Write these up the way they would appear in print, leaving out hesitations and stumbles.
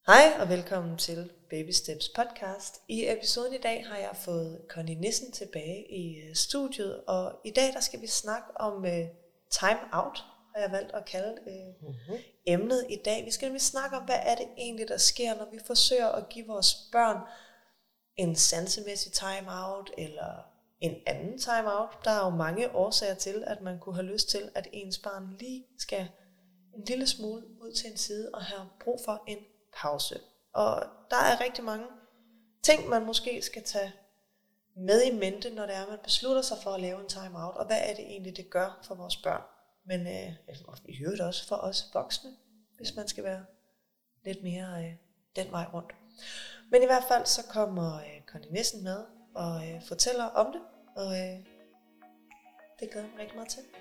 Hej og velkommen til Baby Steps podcast. I episoden i dag har jeg fået Connie Nissen tilbage i studiet, og i dag der skal vi snakke om time out, har jeg valgt at kalde emnet i dag. Vi skal nemlig snakke om, hvad er det egentlig, der sker, når vi forsøger at give vores børn en sansemæssig time out eller en anden time out. Der er jo mange årsager til, at man kunne have lyst til, at ens barn lige skal en lille smule ud til en side og have brug for en pause. Og der er rigtig mange ting, man måske skal tage med i mente, når det er, man beslutter sig for at lave en time-out. Og hvad er det egentlig, det gør for vores børn? Men i øvrigt også for os voksne, hvis man skal være lidt mere den vej rundt. Men i hvert fald så kommer Connie Nissen med og fortæller om det. Og det glæder jeg mig rigtig meget til.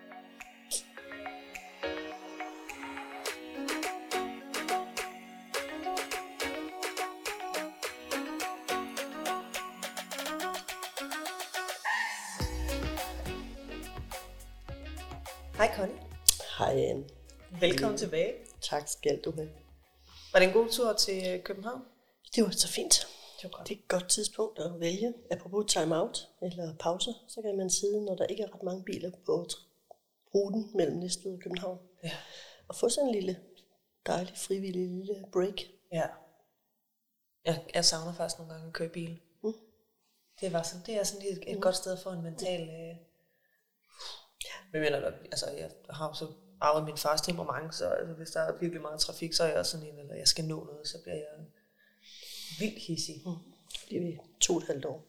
Hej Connie. Hej Anne. Velkommen tilbage. Tak skal du have. Var det en god tur til København? Det var så fint. Det var godt. Det er et godt tidspunkt at vælge. Apropos time-out eller pause, så kan man sidde, når der ikke er ret mange biler på ruten mellem Næstved og København. Ja. Og få sådan en lille, dejlig, frivillig lille break. Ja. Jeg savner faktisk nogle gange at køre bil. Det er sådan et godt sted for en mental... Men jeg har jo så arvet min fars temperament, så hvis der er virkelig meget trafik, så er jeg også sådan en, eller jeg skal nå noget, så bliver jeg vildt hissig. Det er vi 2,5 år.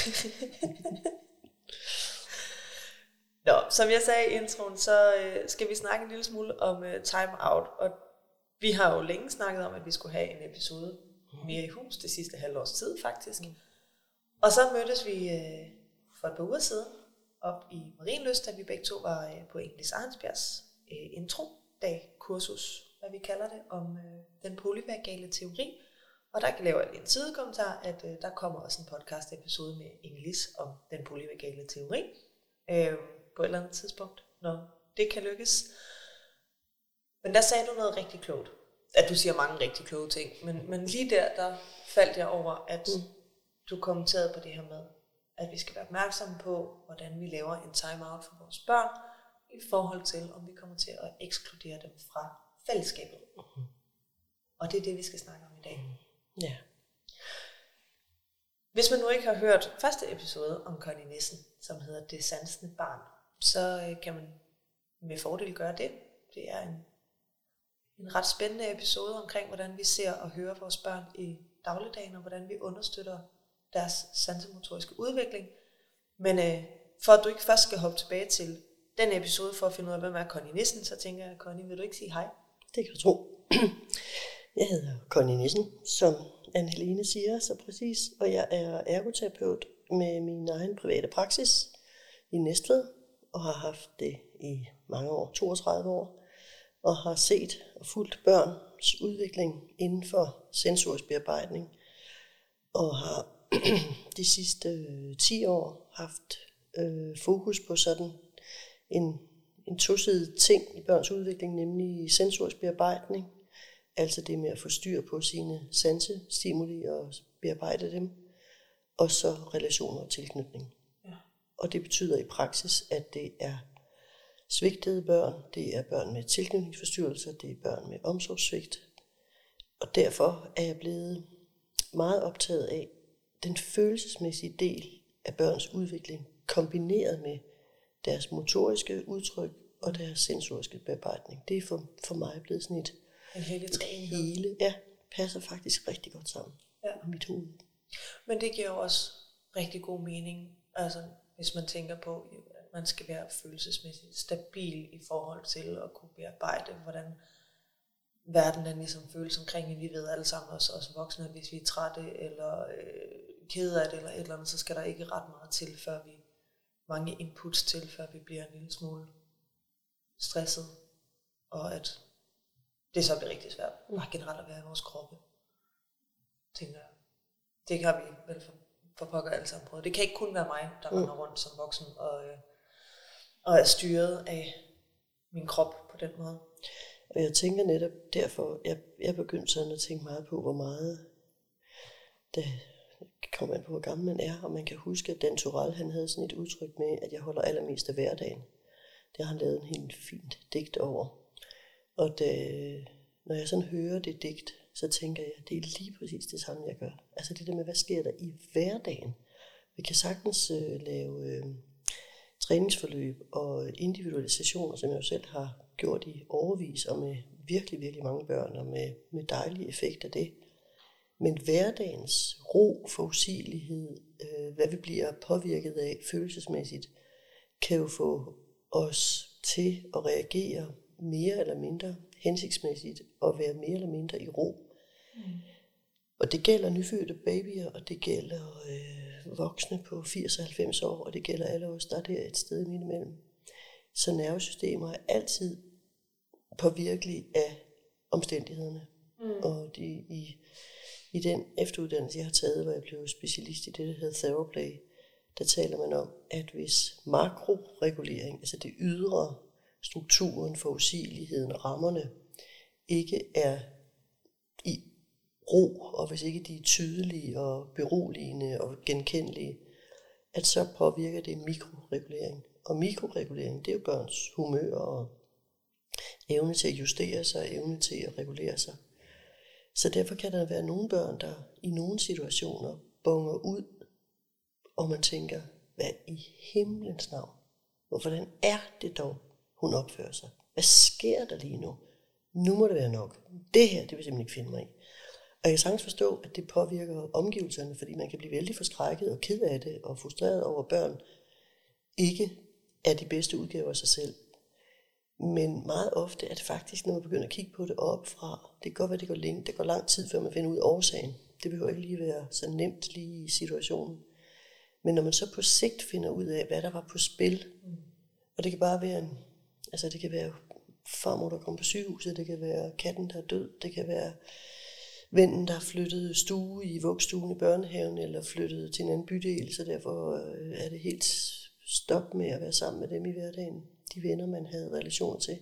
Nå, som jeg sagde i introen, så skal vi snakke en lille smule om time out, og vi har jo længe snakket om, at vi skulle have en episode mere i hus det sidste halvårs tid faktisk. Og så mødtes vi for et par uger siden op i Marienlyst, da vi begge to var på Inglis Arnsbjergs intro-dag-kursus, hvad vi kalder det, om den polyvagale teori. Og der laver jeg lige en sidekommentar, at der kommer også en podcast-episode med Inglis om den polyvagale teori på et eller andet tidspunkt, når det kan lykkes. Men der sagde du noget rigtig klogt. At du siger mange rigtig kloge ting, men lige der faldt jeg over, at du kommenterede på det her med, at vi skal være opmærksomme på, hvordan vi laver en time-out for vores børn, i forhold til, om vi kommer til at ekskludere dem fra fællesskabet. Og det er det, vi skal snakke om i dag. Ja. Hvis man nu ikke har hørt første episode om Connie Nissen, som hedder Det sansende barn, så kan man med fordel gøre det. Det er en ret spændende episode omkring, hvordan vi ser og hører vores børn i dagligdagen, og hvordan vi understøtter deres sansemotoriske udvikling. Men for at du ikke først skal hoppe tilbage til den episode for at finde ud af, hvem er Connie Nissen, så tænker jeg, Connie, vil du ikke sige hej? Det kan du tro. Jeg hedder Connie Nissen, som Anne-Helene siger så præcis, og jeg er ergoterapeut med min egen private praksis i Næstved, og har haft det i mange år, 32 år, og har set og fulgt børns udvikling inden for sensorisk bearbejdning, og har de sidste 10 år haft fokus på sådan en tosidig ting i børns udvikling, nemlig sensorisk bearbejdning, altså det med at få styr på sine sansestimuli og bearbejde dem, og så relationer og tilknytning. Ja. Og det betyder i praksis, at det er svigtede børn, det er børn med tilknytningsforstyrrelser, det er børn med omsorgssvigt, og derfor er jeg blevet meget optaget af den følelsesmæssige del af børns udvikling, kombineret med deres motoriske udtryk og deres sensoriske bearbejdning. Det er for mig blevet sådan et hele, passer faktisk rigtig godt sammen i mit hoved. Men det giver jo også rigtig god mening, altså hvis man tænker på, at man skal være følelsesmæssigt stabil i forhold til at kunne bearbejde, hvordan verden den ligesom føles omkring, vi ved alle sammen, os voksne, at hvis vi er trætte eller kede af det eller et eller andet, så skal der ikke ret meget til, før vi mange inputs til, før vi bliver en lille smule stresset, og at det så bliver rigtig svært bare generelt at være i vores kroppe, tænker jeg. Det har vi vel for pokker alle sammen prøvet. Det kan ikke kun være mig, der render rundt som voksen og er styret af min krop på den måde. Og jeg tænker netop derfor, jeg begyndte sådan at tænke meget på, hvor meget det kommer an på, hvor gammel man er. Og man kan huske, at Dan Turell, han havde sådan et udtryk med, at jeg holder allermest af hverdagen. Det har han lavet en helt fint digt over. Og når jeg sådan hører det digt, så tænker jeg, at det er lige præcis det samme, jeg gør. Altså det der med, hvad sker der i hverdagen? Vi kan sagtens lave træningsforløb og individualisationer, som jeg jo selv har gjort i årevis, og med virkelig, virkelig mange børn, og med dejlige effekter af det. Men hverdagens ro, forudsigelighed, hvad vi bliver påvirket af følelsesmæssigt, kan jo få os til at reagere mere eller mindre hensigtsmæssigt, og være mere eller mindre i ro. Og det gælder nyfødte babyer, og det gælder voksne på 80 og 90 år, og det gælder alle os, der er der et sted midt imellem. Så nervesystemer er altid påvirkelige af omstændighederne. Og i den efteruddannelse, jeg har taget, hvor jeg blev specialist i det, der hedder Theraplay, der taler man om, at hvis makroregulering, altså det ydre, strukturen, forudsigeligheden, rammerne, ikke er i ro, og hvis ikke de er tydelige og beroligende og genkendelige, at så påvirker det mikroregulering. Og mikroregulering, det er jo børns humør og evne til at justere sig, evne til at regulere sig. Så derfor kan der være nogle børn, der i nogle situationer bonger ud, og man tænker, hvad i himlens navn? Hvordan er det dog, hun opfører sig? Hvad sker der lige nu? Nu må det være nok. Det her, det vil jeg simpelthen ikke finde mig i. Og jeg kan sagtens forstå, at det påvirker omgivelserne, fordi man kan blive vældig forskrækket og ked af det, og frustreret over, at børn ikke er de bedste udgaver af sig selv. Men meget ofte er det faktisk, når man begynder at kigge på det opfra, det kan godt være, det går lang tid, før man finder ud af årsagen. Det behøver ikke lige være så nemt lige i situationen. Men når man så på sigt finder ud af, hvad der var på spil, og det kan bare være det kan være farmor, der kommer på sygehuset, det kan være katten, der er død, det kan være vennen, der har flyttet stue i vuggestuen i børnehaven, eller flyttet til en anden bydel, så derfor er det helt stop med at være sammen med dem i hverdagen. De venner, man havde relationer til.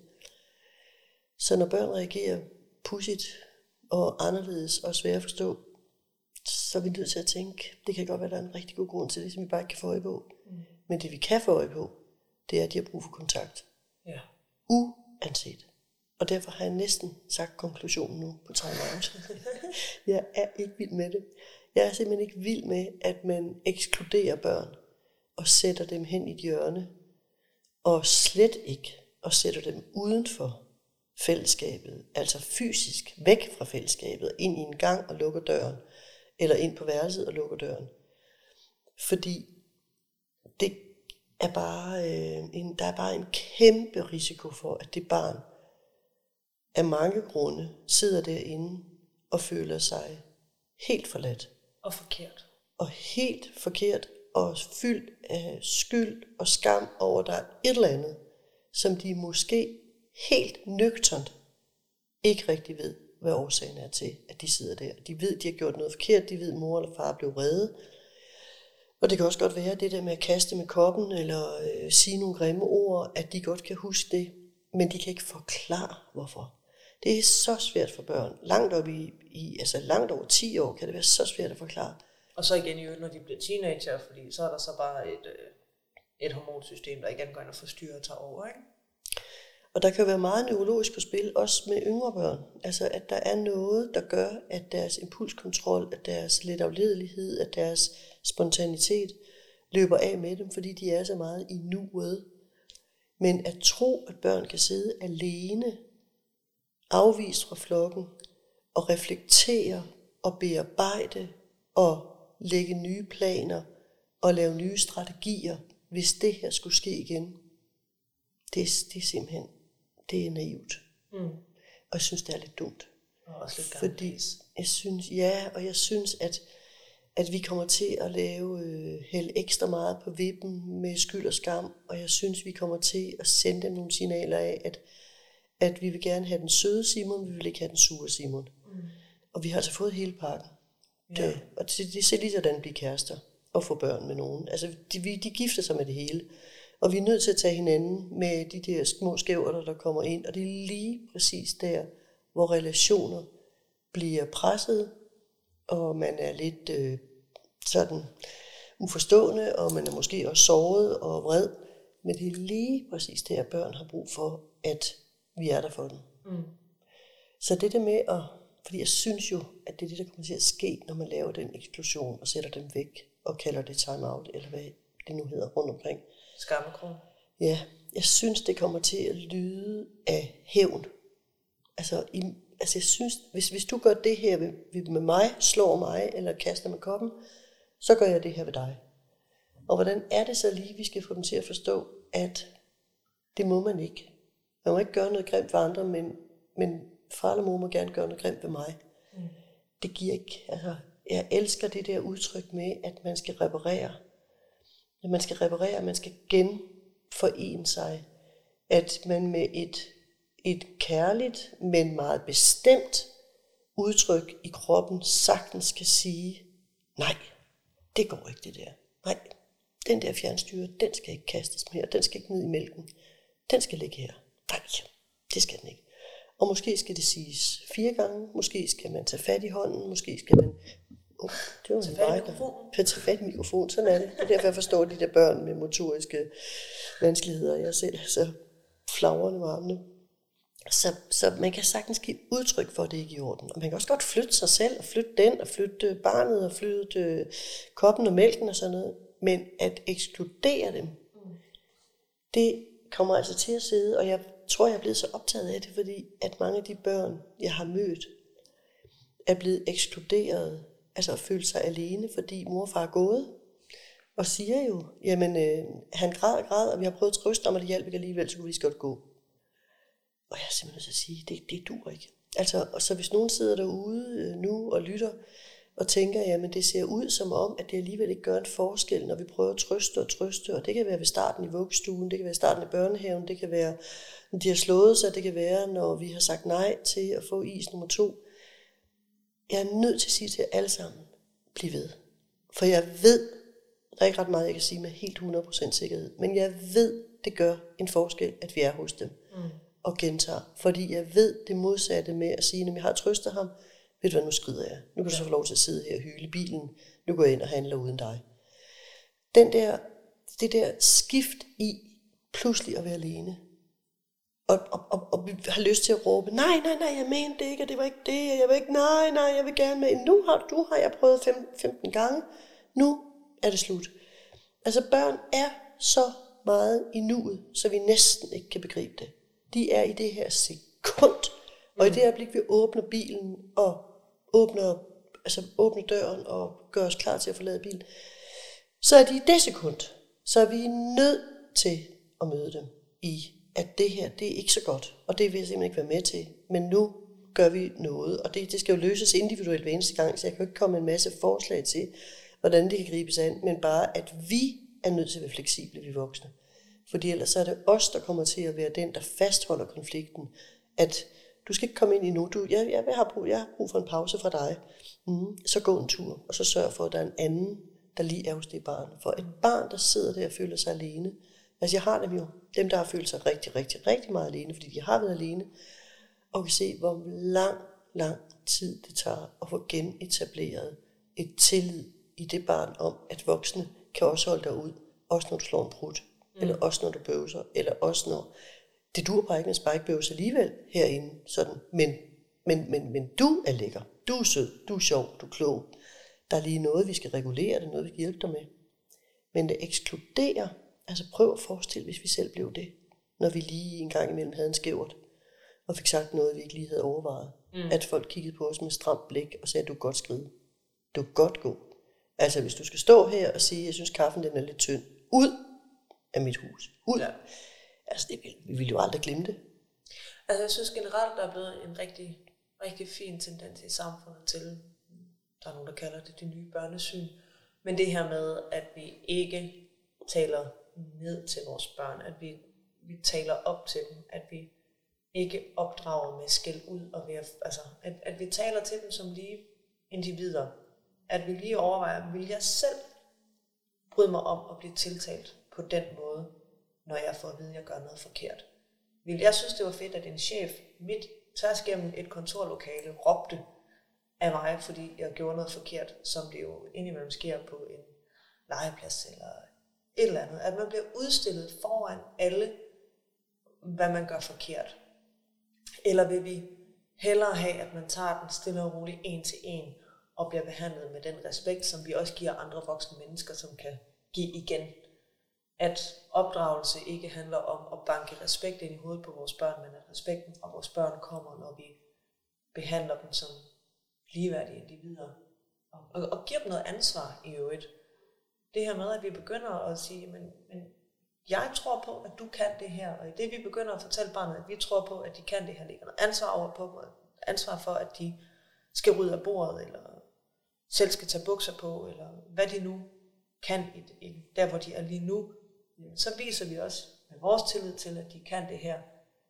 Så når børn reagerer pudsigt og anderledes og svært at forstå, så er vi nødt til at tænke, det kan godt være, der er en rigtig god grund til det, som vi bare ikke kan få øje på. Men det vi kan få øje på, det er, at de har brug for kontakt. Ja. Uanset. Og derfor har jeg næsten sagt konklusionen nu på time out. Jeg er ikke vild med det. Jeg er simpelthen ikke vild med, at man ekskluderer børn og sætter dem hen i et hjørne, og slet ikke og sætter dem uden for fællesskabet, altså fysisk væk fra fællesskabet, ind i en gang og lukker døren, eller ind på værelset og lukker døren. Fordi det er bare, der er bare en kæmpe risiko for, at det barn af mange grunde sidder derinde og føler sig helt forladt. Og forkert. Og helt forkert og fyldt af skyld og skam over, der er et eller andet, som de måske helt nøgternt ikke rigtig ved, hvad årsagen er til, at de sidder der. De ved, de har gjort noget forkert, de ved, at mor eller far blev reddet. Og det kan også godt være, det der med at kaste med koppen, eller sige nogle grimme ord, at de godt kan huske det, men de kan ikke forklare, hvorfor. Det er så svært for børn. Langt op langt over 10 år kan det være så svært at forklare. Og så igen når de bliver teenager, fordi så er der så bare et hormonsystem, der igen går ind og forstyrrer og tager over, ikke? Og der kan være meget neurologisk på spil, også med yngre børn. Altså at der er noget, der gør, at deres impulskontrol, at deres letafledelighed, at deres spontanitet løber af med dem, fordi de er så meget i nuet. Men at tro, at børn kan sidde alene, afvist fra flokken, og reflektere og bearbejde og lægge nye planer og lave nye strategier, hvis det her skulle ske igen, det er simpelthen, det er naivt. Og jeg synes, det er lidt dumt. Og også lidt fordi jeg synes, at vi kommer til at hælde ekstra meget på vippen med skyld og skam, og jeg synes, vi kommer til at sende nogle signaler af, at vi vil gerne have den søde Simon, vi vil ikke have den sure Simon. Og vi har altså fået hele pakken. Ja. Det ser lige sådan at blive kærester og få børn med nogen. Altså, de gifter sig med det hele. Og vi er nødt til at tage hinanden med de der små skæverter, der kommer ind. Og det er lige præcis der, hvor relationer bliver presset, og man er lidt sådan uforstående, og man er måske også såret og vred. Men det er lige præcis det, at børn har brug for, at vi er der for dem. Mm. Så det der med at, fordi jeg synes jo, at det er det, der kommer til at ske, når man laver den eksplosion og sætter dem væk og kalder det time out, eller hvad det nu hedder rundt omkring. Skammekron. Ja, jeg synes, det kommer til at lyde af hævn. Altså jeg synes, hvis du gør det her med mig, slår mig eller kaster med koppen, så gør jeg det her ved dig. Og hvordan er det så lige, vi skal få dem til at forstå, at det må man ikke. Man må ikke gøre noget grimt for andre, men far eller mor må gerne gøre noget grimt ved mig. Mm. Det giver ikke. Altså, jeg elsker det der udtryk med, at man skal reparere. At man skal reparere, man skal genforene sig. At man med et kærligt, men meget bestemt udtryk i kroppen sagtens skal sige, nej, det går ikke det der. Nej, den der fjernstyre, den skal ikke kastes mere, den skal ikke ned i mælken. Den skal ligge her. Nej, det skal den ikke. Og måske skal det siges 4 gange, måske skal man tage fat i hånden, måske skal man tage fat i mikrofonen, sådan er det. Det er derfor, jeg forstår de der børn med motoriske vanskeligheder. Jeg selv så flagrende med armene. Så man kan sagtens give udtryk for, at det ikke er i orden. Og man kan også godt flytte sig selv, og flytte den, og flytte barnet, og flytte koppen og mælken og sådan noget. Men at ekskludere dem, det kommer altså til at sidde, og jeg tror, jeg er blevet så optaget af det, fordi at mange af de børn, jeg har mødt, er blevet ekskluderet, altså at føle sig alene, fordi mor og far er gået, og siger jo, jamen han græd, og vi har prøvet at trøste om, at det hjalp ikke alligevel, så kunne vi lige så godt gå. Og jeg er simpelthen nødt til at sige, det duer ikke. Altså, og så hvis nogen sidder derude nu og lytter, og tænker, jamen det ser ud som om, at det alligevel ikke gør en forskel, når vi prøver at trøste, og det kan være ved starten i vuggestuen, det kan være ved starten i børnehaven, det kan være, når de har slået sig, det kan være, når vi har sagt nej til at få is nummer 2. Jeg er nødt til at sige til jer alle sammen, bliv ved. For jeg ved, der er ikke ret meget, jeg kan sige med helt 100% sikkerhed, men jeg ved, det gør en forskel, at vi er hos dem og gentager. Fordi jeg ved det modsatte med at sige, når jeg har trøstet ham, ved du hvad, nu skrider jeg. Nu kan du så få lov til at sidde her og hyle i bilen. Nu går jeg ind og handler uden dig. Det der skift i pludselig at være alene. Og vi har lyst til at råbe, nej, jeg mente det ikke, og det var ikke det, jeg vil ikke, nej, jeg vil gerne med. Nu har jeg prøvet 15 gange. Nu er det slut. Altså børn er så meget i nuet, så vi næsten ikke kan begribe det. De er i det her sekund. Og i det øjeblik, vi åbner bilen og åbner døren og gør os klar til at forlade bilen, så er de i det sekund. Så er vi nødt til at møde dem i, at det her, det er ikke så godt, og det vil jeg simpelthen ikke være med til. Men nu gør vi noget, og det skal jo løses individuelt hver eneste gang, så jeg kan ikke komme en masse forslag til, hvordan det kan gribes an, men bare, at vi er nødt til at være fleksible, vi voksne. Fordi ellers så er det os, der kommer til at være den, der fastholder konflikten, at du skal ikke komme ind i nu. Jeg har brug for en pause fra dig. Så gå en tur, og så sørg for, at der er en anden, der lige er hos det barn. For et barn, der sidder der og føler sig alene. Altså jeg har dem jo. Dem, der har følt sig rigtig, rigtig, rigtig meget alene, fordi de har været alene. Og kan se, hvor lang tid det tager at få genetableret et tillid i det barn om, at voksne kan også holde dig ud. Også når du slår en prut. Eller også når du bøvser. Eller også når... Det duer bare ikke med spikebøvs alligevel herinde, sådan. Men du er lækker, du er sød, du er sjov, du er klog. Der er lige noget, vi skal regulere, det er noget, vi kan hjælpe dig med. Men det ekskluderer, altså prøv at forestille, hvis vi selv blev det, når vi lige en gang imellem havde en skævert, og fik sagt noget, vi ikke lige havde overvejet. At folk kiggede på os med stramt blik og sagde, du kan godt skride, du kan godt gå. Altså hvis du skal stå her og sige, jeg synes kaffen den er lidt tynd, ud af mit hus, ud. Ja. Altså, vi vil jo aldrig glemme det. Altså, jeg synes generelt, der er blevet en rigtig, rigtig fin tendens i samfundet til, der er nogen, der kalder det nye børnesyn, men det her med, at vi ikke taler ned til vores børn, at vi taler op til dem, at vi ikke opdrager med skæld ud, og at vi taler til dem som lige individer, at vi lige overvejer, vil jeg selv bryde mig om at blive tiltalt på den måde, når jeg får at vide, at jeg gør noget forkert. Jeg synes, det var fedt, at en chef midt tværs gennem et kontorlokale råbte af mig, fordi jeg gjorde noget forkert, som det jo indimellem sker på en legeplads eller et eller andet. At man bliver udstillet foran alle, hvad man gør forkert. Eller vil vi hellere have, at man tager den stille og roligt en til en, og bliver behandlet med den respekt, som vi også giver andre voksne mennesker, som kan give igen. At opdragelse ikke handler om at banke respekt ind i hovedet på vores børn, men at respekten fra vores børn kommer, når vi behandler dem som ligeværdige individer. Og giver dem noget ansvar i øvrigt. Det her med, at vi begynder at sige, men jeg tror på, at du kan det her, og i det vi begynder at fortælle barnet, at vi tror på, at de kan det her, ligger noget ansvar over på dem, ansvar for, at de skal rydde af bordet, eller selv skal tage bukser på, eller hvad de nu kan, der hvor de er lige nu, så viser vi også med vores tillid til, at de kan det her,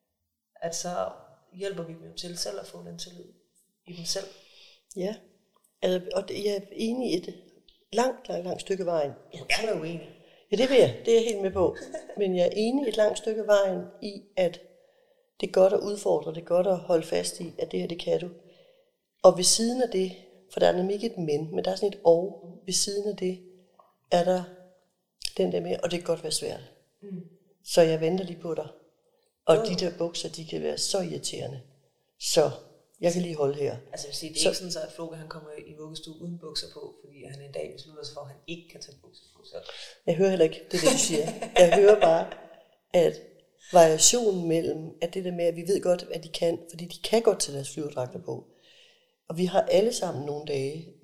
at så hjælper vi dem til selv at få den tillid i dem selv. Ja, altså, og jeg er enig i et langt stykke vejen. Jeg er uenig. Ja, det vil jeg. Det er jeg helt med på. Men jeg er enig et langt stykke vejen i, at det er godt at udfordre, det er godt at holde fast i, at det her, det kan du. Og ved siden af det, for der er nemlig ikke et men der er sådan et og, ved siden af det, er der den der med, og det kan godt være svært. Så jeg venter lige på dig. Og de der bukser, de kan være så irriterende. Så jeg kan lige holde her. Altså det er ikke sådan, at Floke han kommer i vuggestue uden bukser på, fordi han en dag beslutter sig for, at han ikke kan tage bukser på. Så. Jeg hører heller ikke det du siger. Jeg hører bare, at variationen mellem, at det der med, at vi ved godt, at de kan, fordi de kan godt tage deres flyverdragter på. Og vi har alle sammen nogle dage,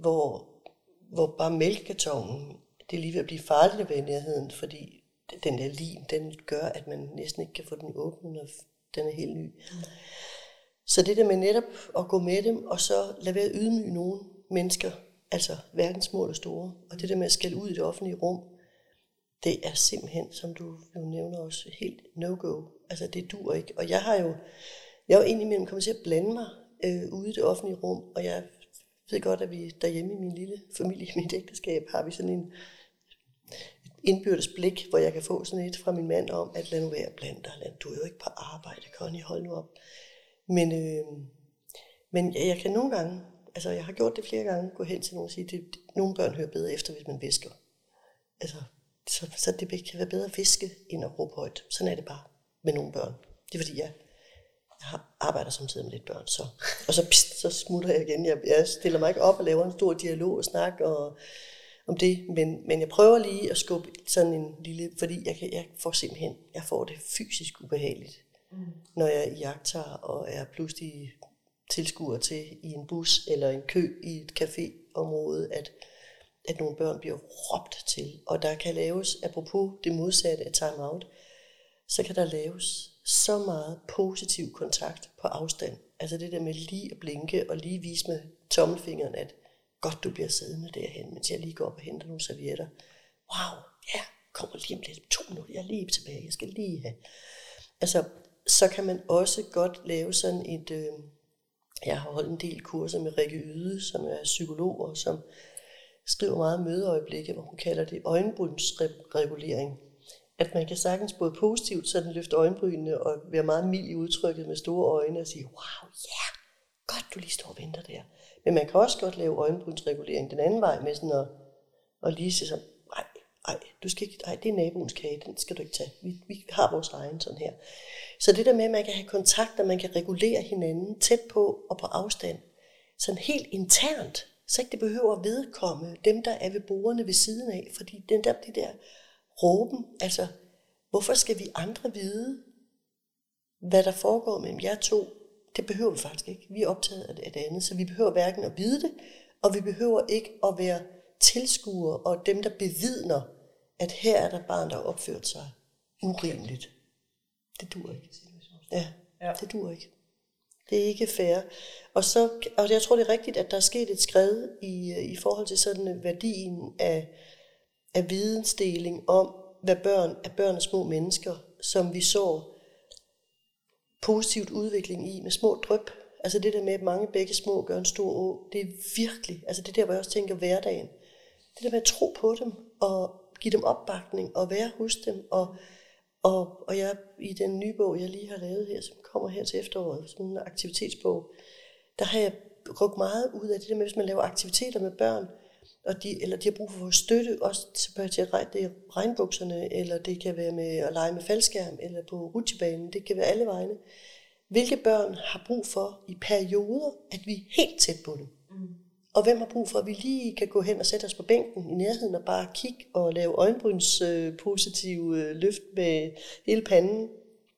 hvor bare mælkekartonen, det er lige ved at blive farligt at være i nærheden, fordi den der lim, den gør, at man næsten ikke kan få den åbnet, når den er helt ny. Så det der med netop at gå med dem, og så lade være ydmyge nogle mennesker, altså hverken små eller store, og det der med at skælde ud i det offentlige rum, det er simpelthen, som du jo nævner også, helt no-go. Altså det duer ikke. Og jeg er jo indimellem kommet til at blande mig ude i det offentlige rum, og jeg ved godt, at vi derhjemme i min lille familie, i mit ægteskab, har vi sådan et indbyrdes blik, hvor jeg kan få sådan et fra min mand om, at lad nu være blandt dig. Du er jo ikke på arbejde, Connie, hold nu op. Men jeg kan nogle gange, altså jeg har gjort det flere gange, gå hen til nogen og sige, at nogle børn hører bedre efter, hvis man visker. Altså, så det kan være bedre at viske, end at råbe højt. Sådan er det bare med nogle børn. Det er fordi, jeg arbejder samtidig med lidt børn, og så smutter jeg igen. Jeg stiller mig ikke op og laver en stor dialog og snak om det, men jeg prøver lige at skubbe sådan en lille, fordi jeg får det fysisk ubehageligt, når jeg iagttager og er pludselig tilskuer til i en bus eller en kø i et caféområde, at nogle børn bliver råbt til, og der kan laves, apropos det modsatte af time out, så kan der laves så meget positiv kontakt på afstand. Altså det der med lige at blinke og lige vise med tommelfingeren, at godt du bliver siddende derhen, mens jeg lige går op og henter nogle servietter. Wow, ja, kommer lige om lidt 2 minutter, jeg er lige tilbage, jeg skal lige have. Altså, så kan man også godt lave sådan et, jeg har holdt en del kurser med Rikke Yde, som er psykolog, og som skriver meget mødeøjeblikke, hvor hun kalder det øjenbrynsregulering. At man kan sagtens både positivt sådan løfte øjenbrynene og være meget mild i udtrykket med store øjne og sige, wow, yeah, godt du lige står og venter der. Men man kan også godt lave øjenbrynsregulering den anden vej med sådan at lige sige sådan, du skal ikke, det er naboens kage, den skal du ikke tage. Vi har vores egen sådan her. Så det der med, at man kan have kontakt, og man kan regulere hinanden tæt på og på afstand, sådan helt internt, så ikke det behøver at vedkomme dem, der er ved bordene ved siden af, fordi det der råben, altså hvorfor skal vi andre vide, hvad der foregår mellem jer to? Det behøver vi faktisk ikke. Vi er optaget af det andet, så vi behøver hverken at vide det, og vi behøver ikke at være tilskuere og dem, der bevidner, at her er der barn, der har opført sig urimeligt. Det duer ikke. Ja, det duer ikke. Det er ikke fair. Og jeg tror, det er rigtigt, at der er sket et skred i forhold til sådan værdien af vidensdeling om, hvad børn er små mennesker, som vi så positivt udvikling i med små dryp. Altså det der med, at mange bække små gør en stor å, det er virkelig, altså det der, hvor jeg også tænker hverdagen. Det der med at tro på dem, og give dem opbakning, og være hos dem, Og jeg i den nye bog, jeg lige har lavet her, som kommer her til efteråret, som en aktivitetsbog, der har jeg brugt meget ud af det der med, hvis man laver aktiviteter med børn, og de har brug for støtte, også til regnbukserne, eller det kan være med at lege med faldskærm, eller på rutsjebanen, det kan være alle vegne. Hvilke børn har brug for i perioder, at vi er helt tæt på dem? Og hvem har brug for, at vi lige kan gå hen og sætte os på bænken i nærheden og bare kigge og lave øjenbrynspositive løft med hele panden?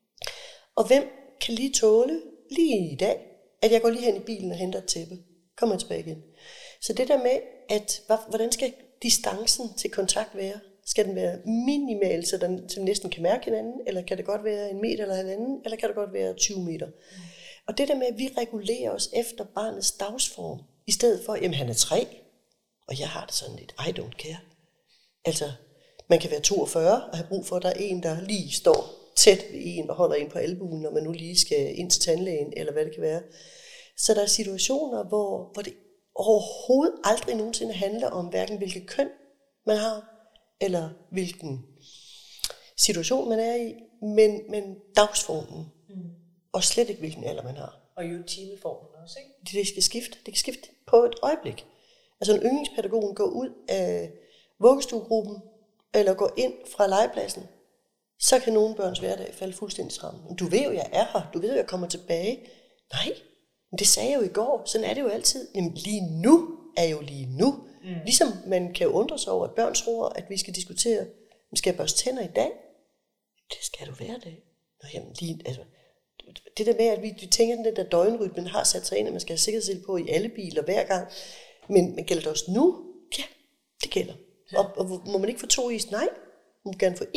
Og hvem kan lige tåle, lige i dag, at jeg går lige hen i bilen og henter et tæppe? Kommer tilbage igen. Så det der med, at hvordan skal distancen til kontakt være? Skal den være minimal, så den næsten kan mærke hinanden? Eller kan det godt være 1 meter eller 1,5? Eller kan det godt være 20 meter? Og det der med, at vi regulerer os efter barnets dagsform, i stedet for, jamen han er 3, og jeg har det sådan lidt, I don't care. Altså, man kan være 42 og have brug for, at der er en, der lige står tæt ved en og holder en på albuen, når man nu lige skal ind til tandlægen, eller hvad det kan være. Så der er situationer, hvor det overhovedet aldrig nogensinde handler om, hverken hvilket køn man har, eller hvilken situation man er i, men dagsformen, og slet ikke hvilken alder man har. Og jo timeformen også, ikke? Det skal skifte. Det kan skifte på et øjeblik. Altså en yndlingspædagog går ud af vuggestuegruppen, eller går ind fra legepladsen, så kan nogle børns hverdag falde fuldstændig sammen. Du ved jo, jeg er her. Du ved jo, jeg kommer tilbage. Nej, men det sagde jeg jo i går. Sådan er det jo altid. Jamen lige nu er jo lige nu. Ligesom man kan undre sig over, at børn tror, at vi skal diskutere, skal jeg børste tænder i dag? Det skal du hver dag. Nå, jamen lige, altså, det der med, at vi tænker, at den der døgnrytmen har sat sig ind, at man skal have sikkerhedssel på i alle biler hver gang. Men gælder det også nu? Ja, det gælder. Og må man ikke få 2 is? Nej, man må gerne få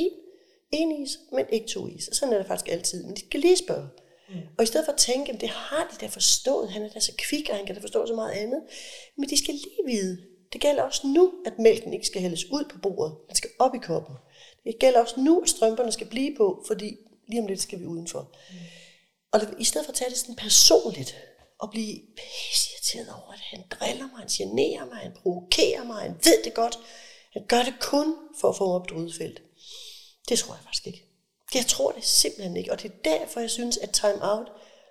1 is, men ikke 2 is. Og sådan er det faktisk altid. Men de skal lige spørge. Og i stedet for at tænke, at det har de da forstået, han er da så kvik, og han kan da forstå så meget andet. Men de skal lige vide, det gælder også nu, at mælken ikke skal hældes ud på bordet. Den skal op i koppen. Det gælder også nu, at strømperne skal blive på, fordi lige om lidt skal vi udenfor. Og i stedet for at tage det sådan personligt, og blive pisseirriteret over, at han driller mig, han generer mig, han provokerer mig, han ved det godt, han gør det kun for at få mig op på Rydefelt. Det tror jeg faktisk ikke. Jeg tror det simpelthen ikke, og det er derfor, jeg synes, at time out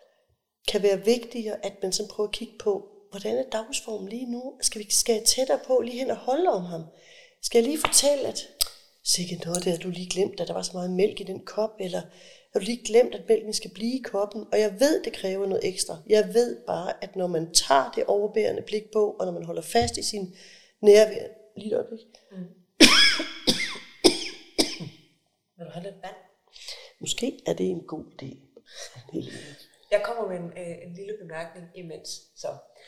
kan være vigtigere, at man sådan prøver at kigge på, hvordan er dagsformen lige nu? Skal jeg tættere på lige hen og holde om ham? Skal jeg lige fortælle, at sikkert noget der, du lige glemt, at der var så meget mælk i den kop, eller har du lige glemt, at mælken skal blive i koppen? Og jeg ved, det kræver noget ekstra. Jeg ved bare, at når man tager det overbærende blik på, og når man holder fast i sin nærvær, lige et øjeblik. Vil du have lidt vand? Måske er det en god idé. Jeg kommer med en lille bemærkning imens. Så.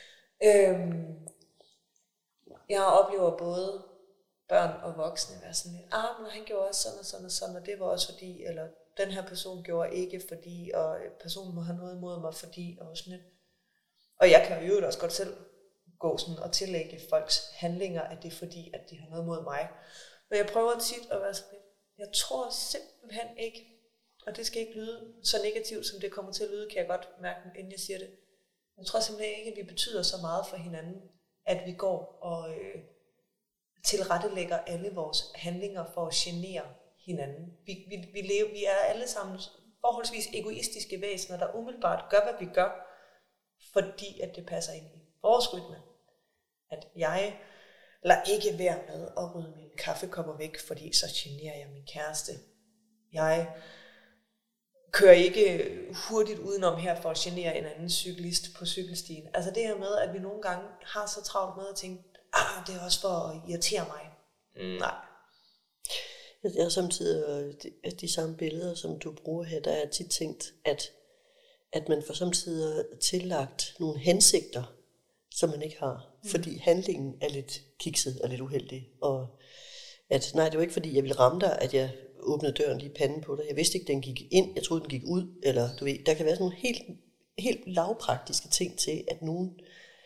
Jeg oplever både børn og voksne være sådan lidt, men han gjorde også sådan og sådan og sådan, og det var også fordi, eller den her person gjorde ikke fordi, og personen må have noget imod mig fordi, og sådan lidt. Og jeg kan jo også godt selv gå sådan og tillægge folks handlinger, at det er fordi, at de har noget imod mig. Men jeg prøver tit at være sådan lidt, jeg tror simpelthen ikke, og det skal ikke lyde så negativt, som det kommer til at lyde, kan jeg godt mærke, inden jeg siger det. Jeg tror simpelthen ikke, at vi betyder så meget for hinanden, at vi går og tilrettelægger alle vores handlinger for at genere hinanden. Vi er alle sammen forholdsvis egoistiske væsener, der umiddelbart gør, hvad vi gør, fordi at det passer ind i vores rytme. At jeg lader ikke være med at rydde mine kaffekopper væk, fordi så generer jeg min kæreste. Jeg kører ikke hurtigt udenom her for at genere en anden cyklist på cykelstien. Altså det her med, at vi nogle gange har så travlt med at tænke, det er også for at irritere mig. Nej. Jeg har samtidig de samme billeder, som du bruger her, der er tit tænkt, at man for samtidig tillagt nogle hensigter, som man ikke har. Fordi handlingen er lidt kikset og lidt uheldig. Og at nej, det var ikke fordi, jeg ville ramme dig, at jeg åbnede døren lige i panden på dig. Jeg vidste ikke, den gik ind. Jeg troede, den gik ud. Eller du ved, der kan være sådan nogle helt lavpraktiske ting til, at nogen,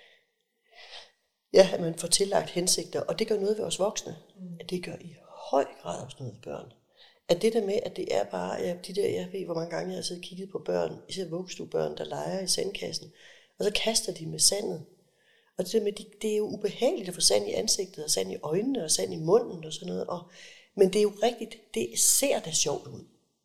at man får tillagt hensigter. Og det gør noget ved os voksne. At det gør i høj grad også noget ved børn. At det der med, at det er bare, jeg ved, hvor mange gange jeg har siddet og kigget på børn, især vuggestuebørn, der leger i sandkassen, og så kaster de med sandet. Og det der med, det er jo ubehageligt at få sand i ansigtet, og sand i øjnene, og sand i munden og sådan noget. Men det er jo rigtigt, det ser da sjovt ud.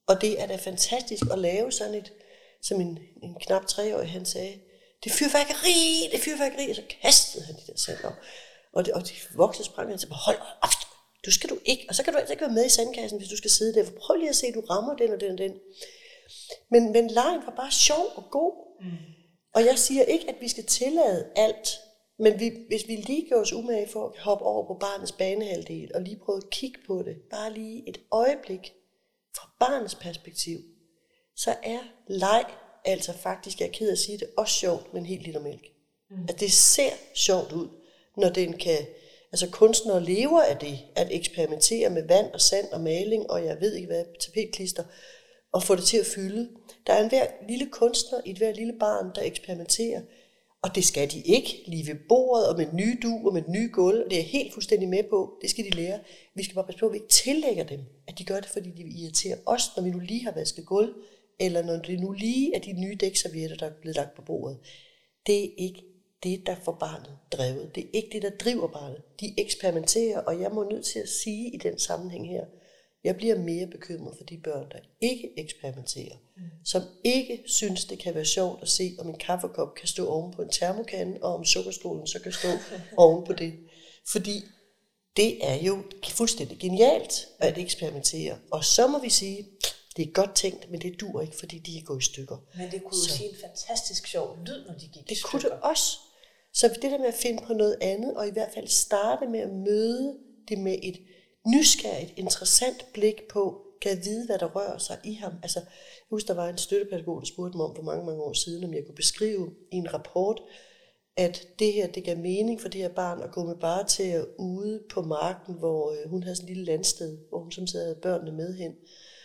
Og det er da fantastisk at lave sådan et, som en knap 3-årig, han sagde, det er fyrværkeri, og så kastede han de der sand op. Og de voksne sprang, han sagde, hold op, du skal du ikke, og så kan du altså ikke være med i sandkassen, hvis du skal sidde der, for prøv lige at se, du rammer den og den og den. Men legen var bare sjov og god. Og jeg siger ikke, at vi skal tillade alt, men hvis vi lige gør os umage for at hoppe over på barnets banehalvdel, og lige prøve at kigge på det, bare lige et øjeblik, fra barnets perspektiv, så er leg altså faktisk, jeg er ked af at sige det, også sjovt med en hel liter mælk. At det ser sjovt ud, når den kan, altså kunstnere lever af det, at eksperimentere med vand og sand og maling, og jeg ved ikke hvad, tapetklister, og få det til at fylde. Der er en hver lille kunstner i et hver lille barn, der eksperimenterer, og det skal de ikke lige ved bordet, og med en ny du og med et nye gulv, og det er jeg helt fuldstændig med på, det skal de lære. Vi skal bare passe på, at vi ikke tillægger dem, at de gør det, fordi de irriterer os, når vi nu lige har vasket gulv, eller når det nu lige er de nye dækservietter, der er blevet lagt på bordet. Det er ikke det, der får barnet drevet. Det er ikke det, der driver barnet. De eksperimenterer, og jeg må nødt til at sige i den sammenhæng her, jeg bliver mere bekymret for de børn, der ikke eksperimenterer, som ikke synes, det kan være sjovt at se, om en kaffekop kan stå oven på en termokande, og om sukkerskålen så kan stå oven på det. Fordi det er jo fuldstændig genialt at eksperimentere. Og så må vi sige, det er godt tænkt, men det dur ikke, fordi de er gået i stykker. Men det kunne jo sige en fantastisk sjov lyd, når de gik i stykker. Det kunne det også. Så det der med at finde på noget andet, og i hvert fald starte med at møde det med et nysgerrigt, interessant blik på, kan vide, hvad der rører sig i ham. Altså, jeg husker, der var en støttepædagog, der spurgte mig om for mange, mange år siden, om jeg kunne beskrive i en rapport, at det her, det gav mening for det her barn at gå med bare til ude på marken, hvor hun havde sådan en lille landsted, hvor hun som havde børnene med hen.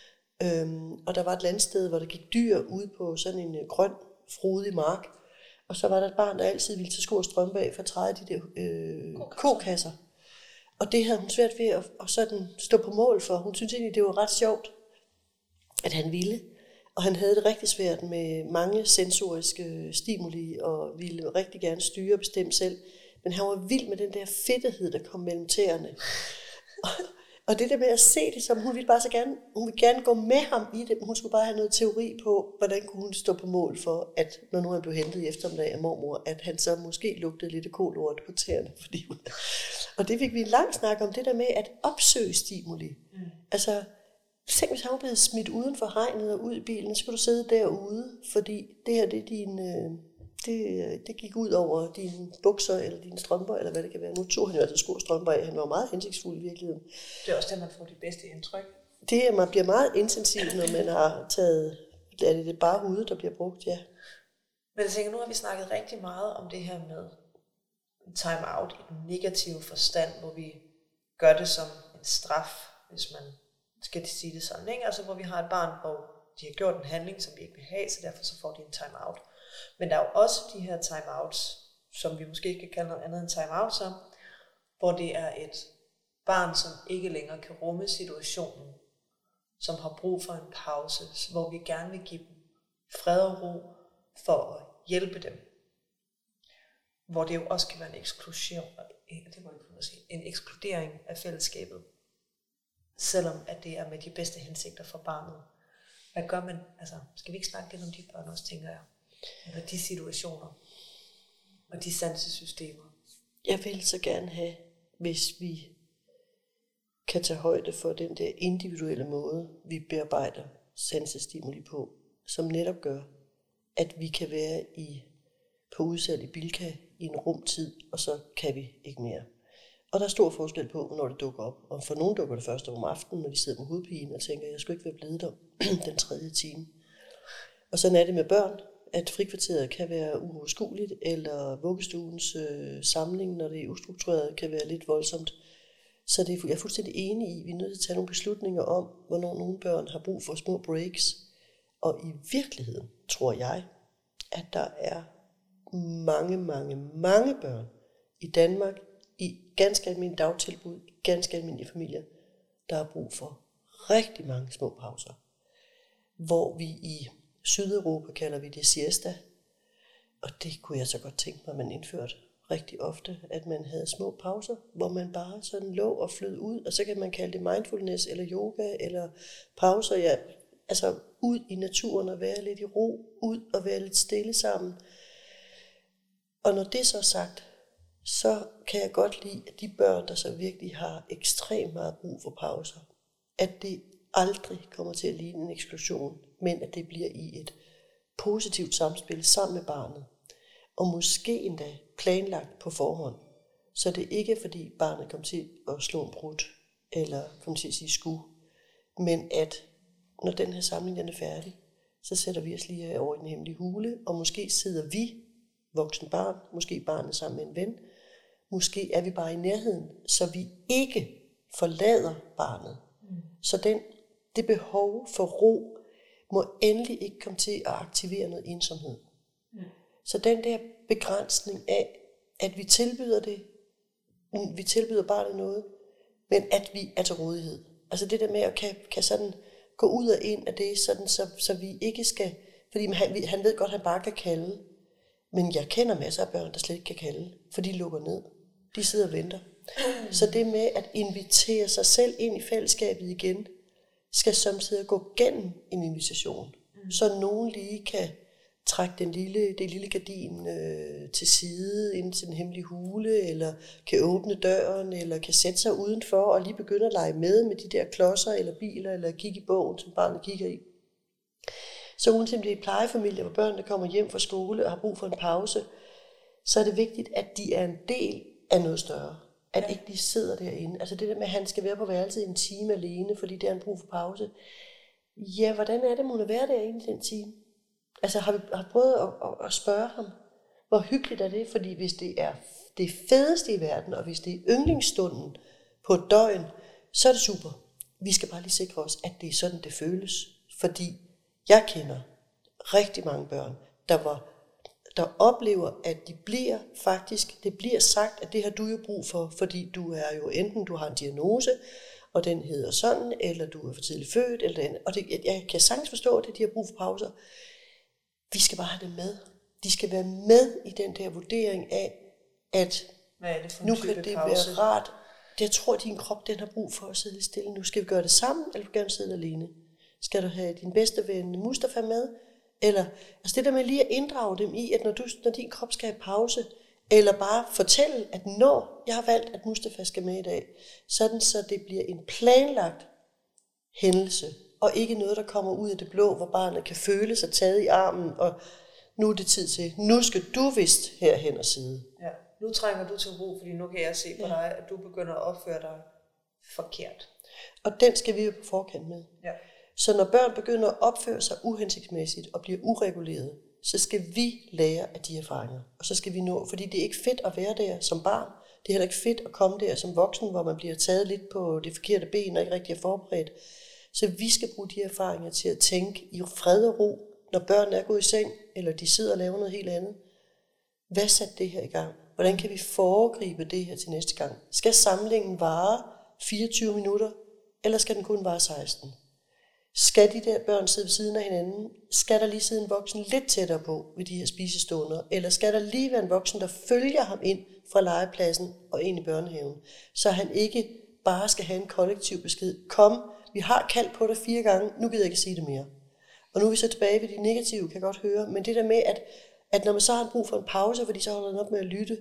Og der var et landsted, hvor der gik dyr ude på sådan en grøn, frodig mark. Og så var der et barn, der altid ville tage sko og strømpe af for at træde de der kokasser. Og det havde hun svært ved at sådan stå på mål for. Hun syntes egentlig, det var ret sjovt, at han ville. Og han havde det rigtig svært med mange sensoriske stimuli, og ville rigtig gerne styre og bestemme selv. Men han var vild med den der fedtighed, der kom mellem tæerne. Og det der med at se det som, hun ville bare så gerne, hun ville gerne gå med ham i det, men hun skulle bare have noget teori på, hvordan kunne hun stå på mål for, at når nu han blev hentet i eftermiddag af mormor, at han så måske lugtede lidt af kolort på tæerne. Fordi hun... Og det fik vi en lang snak om, det der med at opsøge stimuli. Altså, tænk hvis han var blevet smidt uden for hegnet og ud i bilen, så skulle du sidde derude, fordi det her, det er din... Det gik ud over dine bukser eller dine strømper, eller hvad det kan være. Nu tog han jo altså sko og strømper af. Han var meget hensigtsfuld i virkeligheden. Det er også der, man får de bedste indtryk. Man bliver meget intensiv, når man har taget... Er det bare hovedet, der bliver brugt, ja. Men jeg tænker, nu har vi snakket rigtig meget om det her med time out i den negative forstand, hvor vi gør det som en straf, hvis man skal sige det sådan. Ikke? Altså hvor vi har et barn, hvor de har gjort en handling, som vi ikke vil have, så derfor så får de en time out. Men der er jo også de her time-outs, som vi måske ikke kan kalde noget andet end time-out som, hvor det er et barn, som ikke længere kan rumme situationen, som har brug for en pause, hvor vi gerne vil give dem fred og ro for at hjælpe dem. Hvor det jo også kan være en eksklusion, en ekskludering af fællesskabet, selvom at det er med de bedste hensigter for barnet. Hvad gør man? Altså, skal vi ikke snakke lidt om de børn også, tænker jeg? Eller de situationer og de sansesystemer. Jeg vil så gerne have, hvis vi kan tage højde for den der individuelle måde, vi bearbejder sansestimuli på, som netop gør, at vi kan være på udsalg i Bilka i en rumtid, og så kan vi ikke mere. Og der er stor forskel på, hvornår det dukker op. Og for nogen dukker det først om aftenen, når de sidder med hovedpine og tænker, jeg skulle ikke være blevet der den 3. time. Og sådan er det med børn, at frikvarteret kan være uoverskueligt, eller vuggestuens samling, når det er ustruktureret, kan være lidt voldsomt. Så jeg er fuldstændig enig i, at vi er nødt til at tage nogle beslutninger om, hvornår nogle børn har brug for små breaks. Og i virkeligheden tror jeg, at der er mange børn i Danmark, i ganske almindelige dagtilbud, i ganske almindelige familier, der har brug for rigtig mange små pauser. Hvor vi i Sydeuropa kalder vi det siesta, og det kunne jeg så godt tænke mig, at man indførte rigtig ofte, at man havde små pauser, hvor man bare sådan lå og flød ud, og så kan man kalde det mindfulness, eller yoga, eller pauser. Altså ud i naturen og være lidt i ro, ud og være lidt stille sammen. Og når det så er sagt, så kan jeg godt lide, at de børn, der så virkelig har ekstremt meget brug for pauser, at det aldrig kommer til at ligne en eksklusion, men at det bliver i et positivt samspil sammen med barnet. Og måske endda planlagt på forhånd. Så det ikke er fordi barnet kommer til at slå en brud, eller kommer til at sige sku, men at når den her samling den er færdig, så sætter vi os lige over i den hemmelige hule, og måske sidder vi, voksen barn, måske barnet sammen med en ven, måske er vi bare i nærheden, så vi ikke forlader barnet. Så det behov for ro må endelig ikke komme til at aktivere noget ensomhed. Så den der begrænsning af, at vi tilbyder barnet noget, men at vi er til rådighed. Altså det der med at kan sådan gå ud og ind af det, sådan så vi ikke skal, fordi han ved godt, at han bare kan kalde. Men jeg kender masser af børn, der slet ikke kan kalde, for de lukker ned. De sidder og venter. Så det med at invitere sig selv ind i fællesskabet igen, skal samtidig gå gennem en invitation. Så nogen lige kan trække det lille gardin til side ind til den hemmelige hule, eller kan åbne døren, eller kan sætte sig udenfor og lige begynde at lege med de der klodser eller biler, eller kigge i bogen, som barnet kigger i. Så uanset om det er et plejefamilie, hvor børnene kommer hjem fra skole og har brug for en pause, så er det vigtigt, at de er en del af noget større. At ikke de sidder derinde. Altså det der med, at han skal være på værelset en time alene, fordi det er en brug for pause. Ja, hvordan er det, må være derinde i den time? Altså har vi prøvet at spørge ham, hvor hyggeligt er det? Fordi hvis det er det fedeste i verden, og hvis det er yndlingsstunden på et døgn, så er det super. Vi skal bare lige sikre os, at det er sådan, det føles. Fordi jeg kender rigtig mange børn, der oplever, at det bliver sagt, at det har du jo brug for, fordi du er jo enten, du har en diagnose, og den hedder sådan, eller du er for tidligt født, eller den, og jeg kan sagtens forstå, at de har brug for pauser. Vi skal bare have det med. De skal være med i den der vurdering af, at nu kan det være rart. Jeg tror, at din krop den har brug for at sidde stille. Nu skal vi gøre det sammen, eller vil du gerne sidde alene? Skal du have din bedste ven Mustafa med? Eller altså det der med lige at inddrage dem i, at når din krop skal have pause, eller bare fortælle, at når jeg har valgt, at Mustafa skal med i dag, sådan så det bliver en planlagt hændelse, og ikke noget, der kommer ud af det blå, hvor barnet kan føle sig taget i armen, og nu er det tid til, nu skal du vist herhen og sidde. Ja, nu trænger du til ro, fordi nu kan jeg se på dig, at du begynder at opføre dig forkert. Og den skal vi jo på forkant med. Ja. Så når børn begynder at opføre sig uhensigtsmæssigt og bliver ureguleret, så skal vi lære af de erfaringer. Og så skal vi nå, fordi det er ikke fedt at være der som barn. Det er heller ikke fedt at komme der som voksen, hvor man bliver taget lidt på det forkerte ben og ikke rigtig er forberedt. Så vi skal bruge de erfaringer til at tænke i fred og ro, når børnene er gået i seng, eller de sidder og laver noget helt andet. Hvad satte det her i gang? Hvordan kan vi foregribe det her til næste gang? Skal samlingen vare 24 minutter, eller skal den kun vare 16? Skal de der børn sidde ved siden af hinanden? Skal der lige sidde en voksen lidt tættere på ved de her spisestunder? Eller skal der lige være en voksen, der følger ham ind fra legepladsen og ind i børnehaven? Så han ikke bare skal have en kollektiv besked. Kom, vi har kaldt på dig 4 gange, nu gider jeg ikke sige det mere. Og nu er vi så tilbage ved de negative, kan jeg godt høre. Men det der med, at når man så har brug for en pause, fordi så holder den op med at lytte,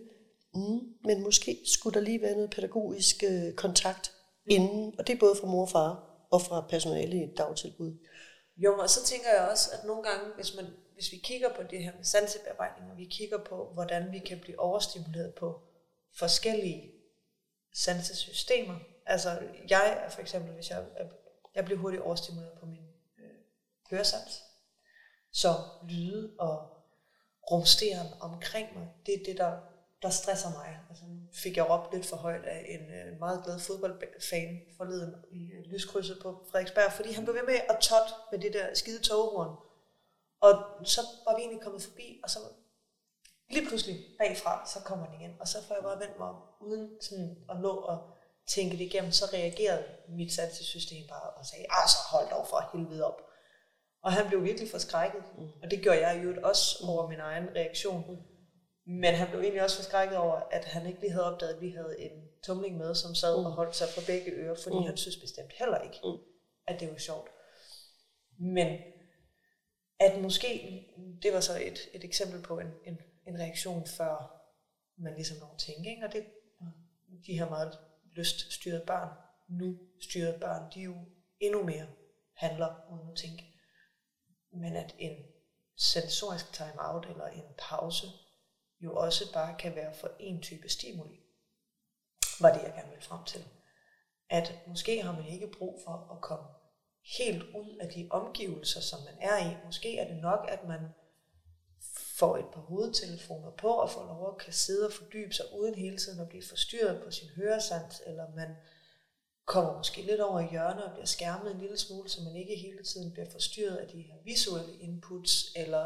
men måske skulle der lige være noget pædagogisk kontakt inden. Og det er både fra mor og far og fra personale i et dagtilbud. Jo, og så tænker jeg også, at nogle gange, hvis vi kigger på det her med sansebearbejdning, og vi kigger på, hvordan vi kan blive overstimuleret på forskellige sansesystemer. Altså, jeg er for eksempel, hvis jeg bliver hurtigt overstimuleret på min høresans, så lyde og rumsteren omkring mig, det er det, der stresser mig. Altså, nu fik jeg råbt lidt for højt af en meget glad fodboldfan forleden i lyskrydset på Frederiksberg, fordi han blev ved med at tot med det der skide toghorn. Og så var vi egentlig kommet forbi, og så lige pludselig bagfra, så kommer den igen. Og så får jeg bare vendt mig om, uden sådan at nå at tænke det igennem, så reagerede mit sansesystem bare og sagde, så hold dog for helvede op. Og han blev virkelig forskrækket, og det gjorde jeg jo også over min egen reaktion. Men han blev egentlig også forskrækket over, at han ikke lige havde opdaget, at vi havde en tumling med, som sad og holdt sig for begge ører, fordi han synes bestemt heller ikke, at det var sjovt. Men at måske, det var så et eksempel på en reaktion, før man ligesom når at tænke, ikke? Og det, de her meget lyststyrede børn, nu styrede børn, de jo endnu mere handler uden at tænke. Men at en sensorisk time-out eller en pause jo også bare kan være for en type stimuli, var det jeg gerne ville frem til. At måske har man ikke brug for at komme helt ud af de omgivelser, som man er i. Måske er det nok, at man får et par hovedtelefoner på og får lov at kan sidde og fordybe sig uden hele tiden at blive forstyrret på sin høresans, eller man kommer måske lidt over i hjørnet og bliver skærmet en lille smule, så man ikke hele tiden bliver forstyrret af de her visuelle inputs, eller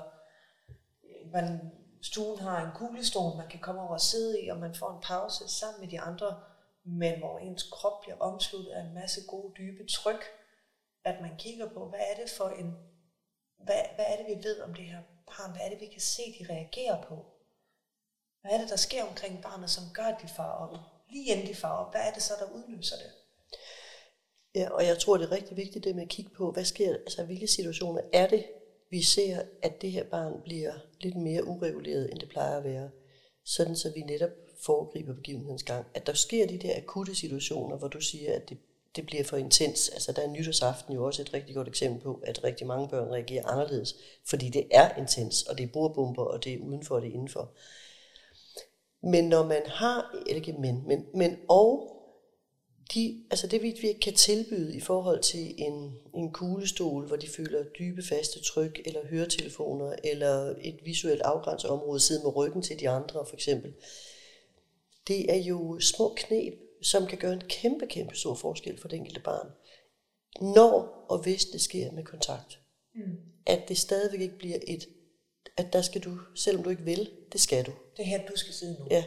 stuen har en kuglestol, man kan komme over og sidde i, og man får en pause sammen med de andre, men hvor ens krop bliver omsluttet af en masse gode, dybe tryk, at man kigger på, hvad er det for hvad er det, vi ved om det her barn? Hvad er det, vi kan se, de reagerer på? Hvad er det, der sker omkring barnet, som gør, at de farer op? Lige inden de farer op, hvad er det så, der udløser det? Ja, og jeg tror, det er rigtig vigtigt det med at kigge på, hvad sker, altså hvilke situationer er det, vi ser, at det her barn bliver lidt mere ureguleret, end det plejer at være. Sådan så vi netop foregriber begivenhedens gang. At der sker de der akutte situationer, hvor du siger, at det bliver for intens. Altså der er nytårsaften jo også et rigtig godt eksempel på, at rigtig mange børn reagerer anderledes, fordi det er intens, og det er bordbomber, og det er udenfor, og det er indenfor. Men når man har, ikke men og altså det vi kan tilbyde i forhold til en kuglestol, hvor de føler dybe faste tryk, eller høretelefoner, eller et visuelt afgrænset område, sidde med ryggen til de andre for eksempel, det er jo små kneb, som kan gøre en kæmpe stor forskel for det enkelte barn. Når og hvis det sker med kontakt. At det stadigvæk ikke bliver at der skal du, selvom du ikke vil, det skal du. Det er her, du skal sidde nu. Ja.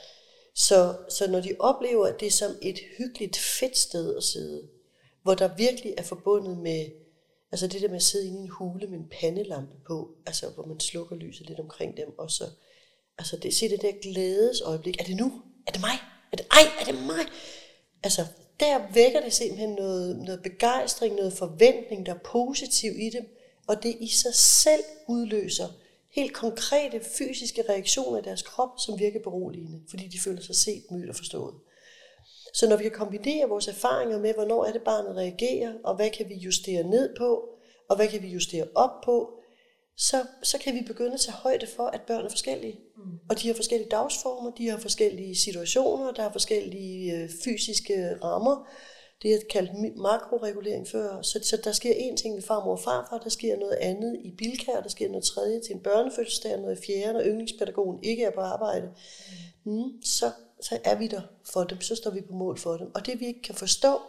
Så når de oplever, at det er som et hyggeligt, fedt sted at sidde, hvor der virkelig er forbundet med, altså det der med at sidde inde i en hule med en pandelampe på, altså hvor man slukker lyset lidt omkring dem, og så, altså se det der glædesøjeblik, er det nu? Er det mig? Er det mig? Altså der vækker det simpelthen noget begejstring, noget forventning, der er positiv i dem, og det i sig selv udløser helt konkrete fysiske reaktioner i deres krop, som virker beroligende, fordi de føler sig set, mødt og forstået. Så når vi kan kombinere vores erfaringer med, hvornår er det barnet reagerer, og hvad kan vi justere ned på, og hvad kan vi justere op på, så kan vi begynde at tage højde for, at børn er forskellige. Og de har forskellige dagsformer, de har forskellige situationer, der har forskellige fysiske rammer. Det er kaldt makroregulering før. Så der sker en ting ved farmor og farfar, der sker noget andet i bilkær, der sker noget tredje til en børnefødselsdag, noget fjerde, når yndlingspædagogen ikke er på arbejde. Så er vi der for dem, så står vi på mål for dem. Og det vi ikke kan forstå,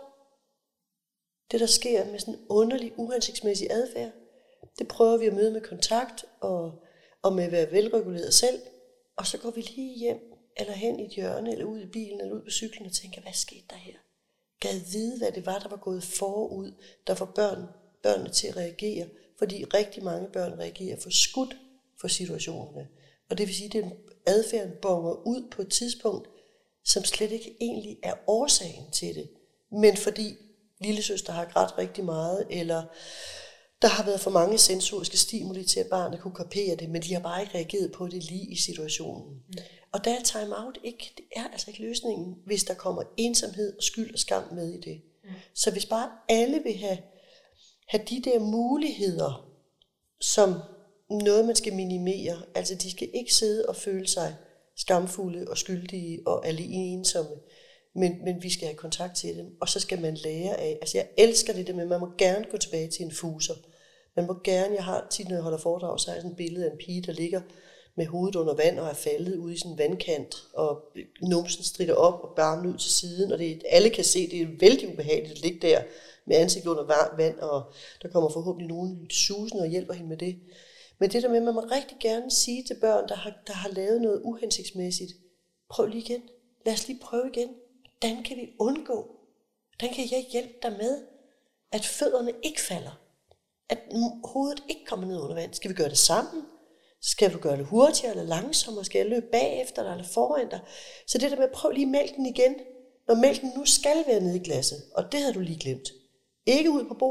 det der sker med sådan en underlig, uhensigtsmæssig adfærd, det prøver vi at møde med kontakt og med at være velreguleret selv. Og så går vi lige hjem, eller hen i et hjørne, eller ud i bilen, eller ud på cyklen og tænker, hvad skete der her? Gad vide, hvad det var, der var gået forud, der får børnene til at reagere. Fordi rigtig mange børn reagerer for skudt for situationerne. Og det vil sige, at adfærden bonger ud på et tidspunkt, som slet ikke egentlig er årsagen til det. Men fordi lillesøster har grædt rigtig meget, eller der har været for mange sensoriske stimuli til, at barnet kunne kapere det, men de har bare ikke reageret på det lige i situationen. Og der er time-out ikke, det er altså ikke løsningen, hvis der kommer ensomhed og skyld og skam med i det. Så hvis bare alle vil have de der muligheder, som noget man skal minimere, altså de skal ikke sidde og føle sig skamfulde og skyldige og alene ensomme, men vi skal have kontakt til dem, og så skal man lære af, altså jeg elsker det der med, man må gerne gå tilbage til en fuser. Man må gerne, jeg har tit, når jeg holder foredrag, så har jeg sådan et billede af en pige, der ligger med hovedet under vand og er faldet ude i sådan en vandkant, og numsen stritter op og barmen ud til siden, og alle kan se, det er vældig ubehageligt at ligge der med ansigt under vand, og der kommer forhåbentlig nogen susende og hjælper hende med det. Men det der med, at man må rigtig gerne sige til børn, der har lavet noget uhensigtsmæssigt, prøv lige igen, lad os lige prøve igen. Hvordan kan vi undgå? Hvordan kan jeg hjælpe dig med, at fødderne ikke falder? At hovedet ikke kommer ned under vand? Skal vi gøre det sammen? Skal du gøre det hurtigere eller langsommere? Skal jeg løbe bagefter dig eller foran dig? Så det der med, prøv lige mælken igen, når mælken nu skal være nede i glasset. Og det havde du lige glemt. Ikke ud på bordet,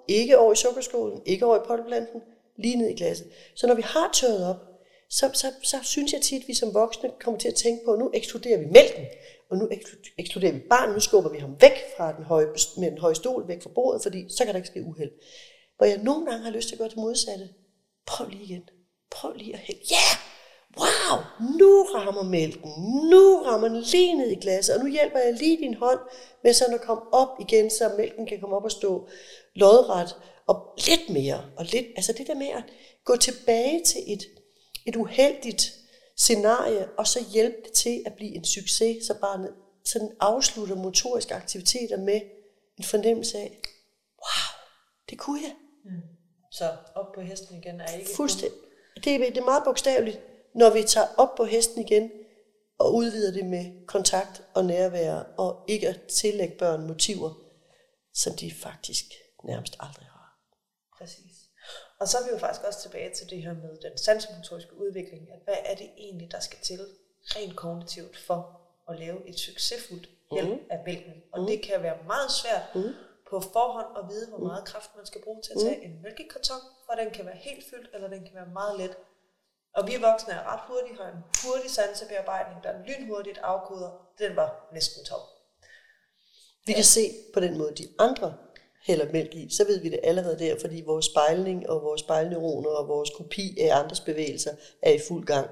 ikke over i sukkerskålen, ikke over i potteplanten, lige ned i glasset. Så når vi har tørret op, så synes jeg tit, at vi som voksne kommer til at tænke på, at nu ekskluderer vi mælken, og nu ekskluderer vi barnet, nu skubber vi ham væk fra med den høje stol, væk fra bordet, fordi så kan der ikke ske uheld. Hvor jeg nogle gange har lyst til at gøre det modsatte. Prøv lige igen. Prøv lige at hælde. Ja! Yeah! Wow! Nu rammer mælken. Nu rammer den lige ned i glasset, og nu hjælper jeg lige din hånd med sådan at komme op igen, så mælken kan komme op og stå lodret og lidt mere. Og lidt, altså det der med at gå tilbage til et uheldigt scenarie, og så hjælpe det til at blive en succes, så barnet sådan afslutter motoriske aktiviteter med en fornemmelse af, wow, det kunne jeg. Så op på hesten igen er ikke fuldstændig. Det er meget bogstaveligt, når vi tager op på hesten igen, og udvider det med kontakt og nærvær, og ikke at tillægge børn motiver, som de faktisk nærmest aldrig har. Præcis. Og så er vi jo faktisk også tilbage til det her med den sansemotoriske udvikling, at hvad er det egentlig, der skal til rent kognitivt for at lave et succesfuldt hjælp af mælken. Og det kan være meget svært på forhånd at vide, hvor meget kraft man skal bruge til at tage en mælkekarton, for den kan være helt fyldt, eller den kan være meget let. Og vi voksne er ret hurtige, har en hurtig sansebearbejdning, der lynhurtigt afkoder. Den var næsten tom. Vi kan se på den måde, de andre hælder mælk i, så ved vi det allerede der, fordi vores spejling og vores spejlneuroner og vores kopi af andres bevægelser er i fuld gang.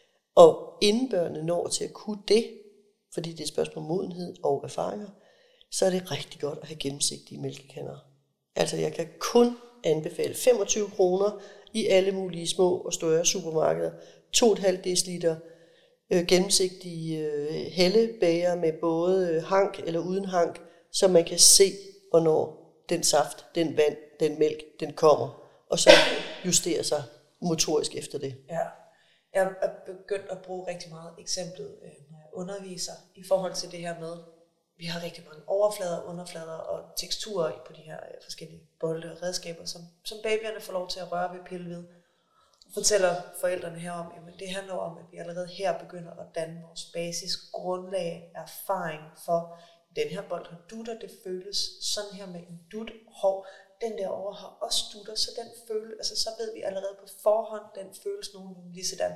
Og inden børnene når til at kunne det, fordi det er et spørgsmål om modenhed og erfaringer, så er det rigtig godt at have gennemsigtige mælkekander. Altså jeg kan kun anbefale 25 kroner i alle mulige små og større supermarkeder, 2,5 deciliter gennemsigtige hældebæger med både hank eller uden hank, så man kan se, hvornår den saft, den vand, den mælk, den kommer, og så justere sig motorisk efter det. Ja, jeg er begyndt at bruge rigtig meget eksemplet, når jeg underviser, i forhold til det her med, vi har rigtig mange overflader, underflader og teksturer på de her forskellige bolde og redskaber, som babyerne får lov til at røre ved, pille ved. Fortæller forældrene herom, at det handler om, at vi allerede her begynder at danne vores basis-grundlag, erfaring for, den her bold har dutter, det føles sådan her med en dut, hov, den derovre har også dutter, så den føles, altså så ved vi allerede på forhånd, den føles nogenlunde lige sådan,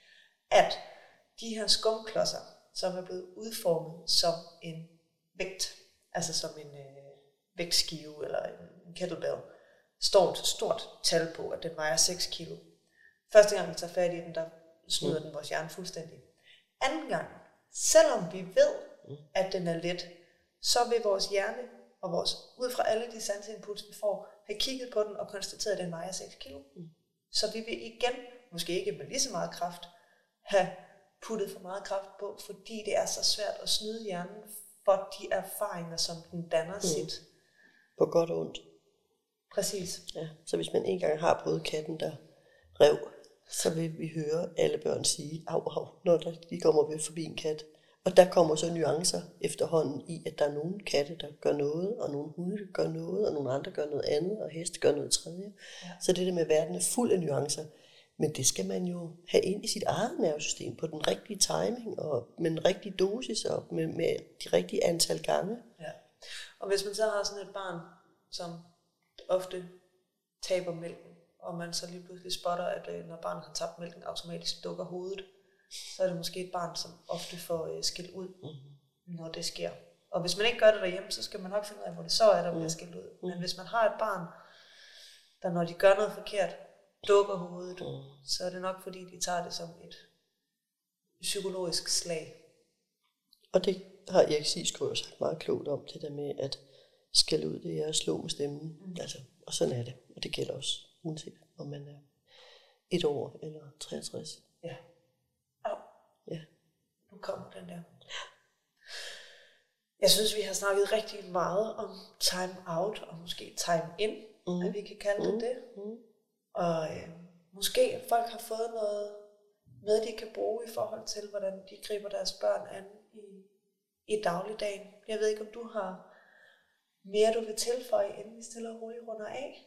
at de her skumklodser, som er blevet udformet som en vægt, altså som en vægtskive eller en kettlebell, står et stort tal på, at den vejer 6 kilo. Første gang vi tager fat i den, der snyder den vores hjerne fuldstændig. Anden gang, selvom vi ved, at den er let, så vil vores hjerne og ud fra alle de sanseinputs, vi får, have kigget på den og konstateret, at den vejer 6 kilo. Så vi vil igen, måske ikke med lige så meget kraft, have puttet for meget kraft på, fordi det er så svært at snyde hjernen for de erfaringer, som den danner sit. På godt og ondt. Præcis. Ja, så hvis man engang har prøvet katten, der rev, så vil vi høre alle børn sige, au, au, når de kommer forbi en kat. Og der kommer så nuancer efterhånden i, at der er nogle katte, der gør noget, og nogle hunde, der gør noget, og nogle andre gør noget andet, og heste gør noget tredje. Ja. Så det der med, at verden er fuld af nuancer. Men det skal man jo have ind i sit eget nervesystem på den rigtige timing, og med den rigtige dosis, og med de rigtige antal gange. Ja. Og hvis man så har sådan et barn, som ofte taber mælken, og man så lige pludselig spotter, at når barnet har tabt mælken, automatisk dukker hovedet, så er det måske et barn, som ofte får skilt ud, når det sker. Og hvis man ikke gør det derhjemme, så skal man nok finde ud af, hvor det så er, der bliver skilt ud. Men hvis man har et barn, der når de gør noget forkert, dukker hovedet, så er det nok fordi, de tager det som et psykologisk slag. Og det har Erik Sigsgaard jo sagt meget klogt om, det der med at skælde ud, det er at slå med stemmen. Altså, og sådan er det, og det gælder også, uanset om man er 1 år eller 63. Ja. Au. Ja. Nu kommer den der. Jeg synes, vi har snakket rigtig meget om time out, og måske time in, at vi kan kalde det. Og måske folk har fået noget med, de kan bruge i forhold til, hvordan de griber deres børn an i dagligdagen. Jeg ved ikke, om du har mere, du vil tilføje, inden vi stille og roligt runder af?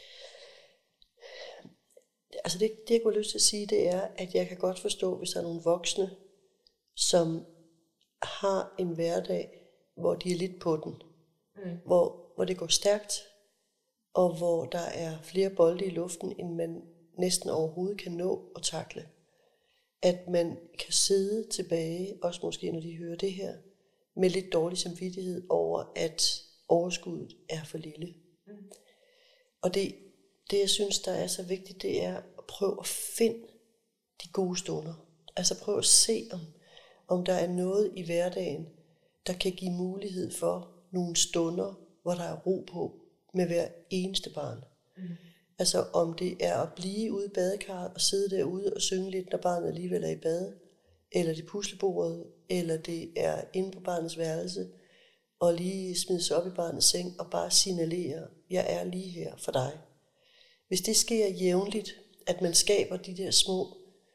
Altså det jeg kunne lyst til at sige, det er, at jeg kan godt forstå, hvis der er nogle voksne, som har en hverdag, hvor de er lidt på den. Hvor det går stærkt, og hvor der er flere bolde i luften, end man næsten overhovedet kan nå at takle. At man kan sidde tilbage, også måske når de hører det her, med lidt dårlig samvittighed over, at overskuddet er for lille. Og det jeg synes, der er så vigtigt, det er at prøve at finde de gode stunder. Altså prøve at se, om der er noget i hverdagen, der kan give mulighed for nogle stunder, hvor der er ro på med hver eneste barn. Altså om det er at blive ude i badekarret og sidde derude og synge lidt, når barnet alligevel er i bade, eller det puslebordet, eller det er inde på barnets værelse, og lige smide sig op i barnets seng og bare signalere, jeg er lige her for dig. Hvis det sker jævnligt, at man skaber de der små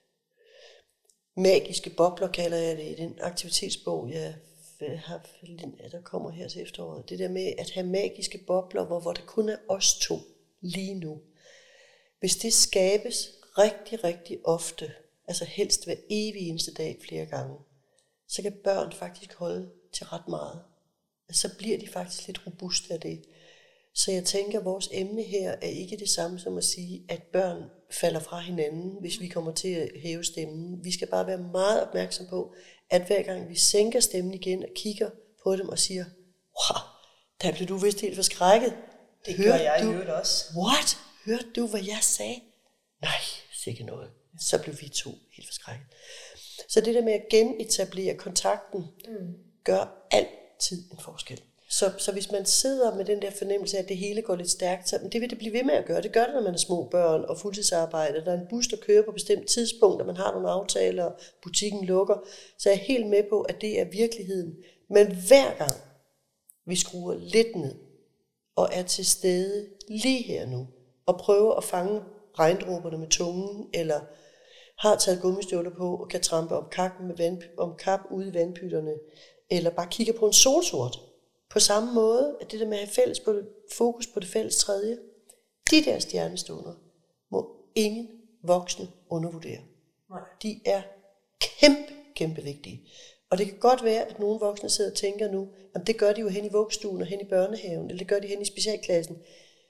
magiske bobler, kalder jeg det i den aktivitetsbog, der kommer her til efteråret. Det der med at have magiske bobler, hvor der kun er os to lige nu. Hvis det skabes rigtig, rigtig ofte, altså helst hver evig eneste dag flere gange, så kan børn faktisk holde til ret meget. Så bliver de faktisk lidt robuste af det. Så jeg tænker, at vores emne her er ikke det samme som at sige, at børn falder fra hinanden, hvis vi kommer til at hæve stemmen. Vi skal bare være meget opmærksom på, at hver gang vi sænker stemmen igen og kigger på dem og siger, wow, der blev du vist helt forskrækket. Det gør jeg i øvrigt også. What? Hørte du, hvad jeg sagde? Nej, sikkert noget. Så blev vi to helt forskrækket. Så det der med at genetablere kontakten, gør altid en forskel. Så hvis man sidder med den der fornemmelse af, at det hele går lidt stærkt, så det vil det blive ved med at gøre. Det gør det, når man er små børn og fuldtidsarbejder. Der er en bus, der kører på bestemte tidspunkter, man har nogle aftaler, og butikken lukker. Så jeg er helt med på, at det er virkeligheden. Men hver gang vi skruer lidt ned, og er til stede lige her nu, og prøver at fange regndråberne med tungen, eller har taget gummistøvler på og kan trampe om kap ude i vandpytterne, eller bare kigger på en solsort. På samme måde, at det der med at have fokus på det fælles tredje, de der stjernestunder må ingen voksne undervurdere. Nej. De er kæmpe vigtige. Og det kan godt være, at nogle voksne sidder og tænker nu, at det gør de jo hen i vuggestuen og hen i børnehaven, eller det gør de hen i specialklassen.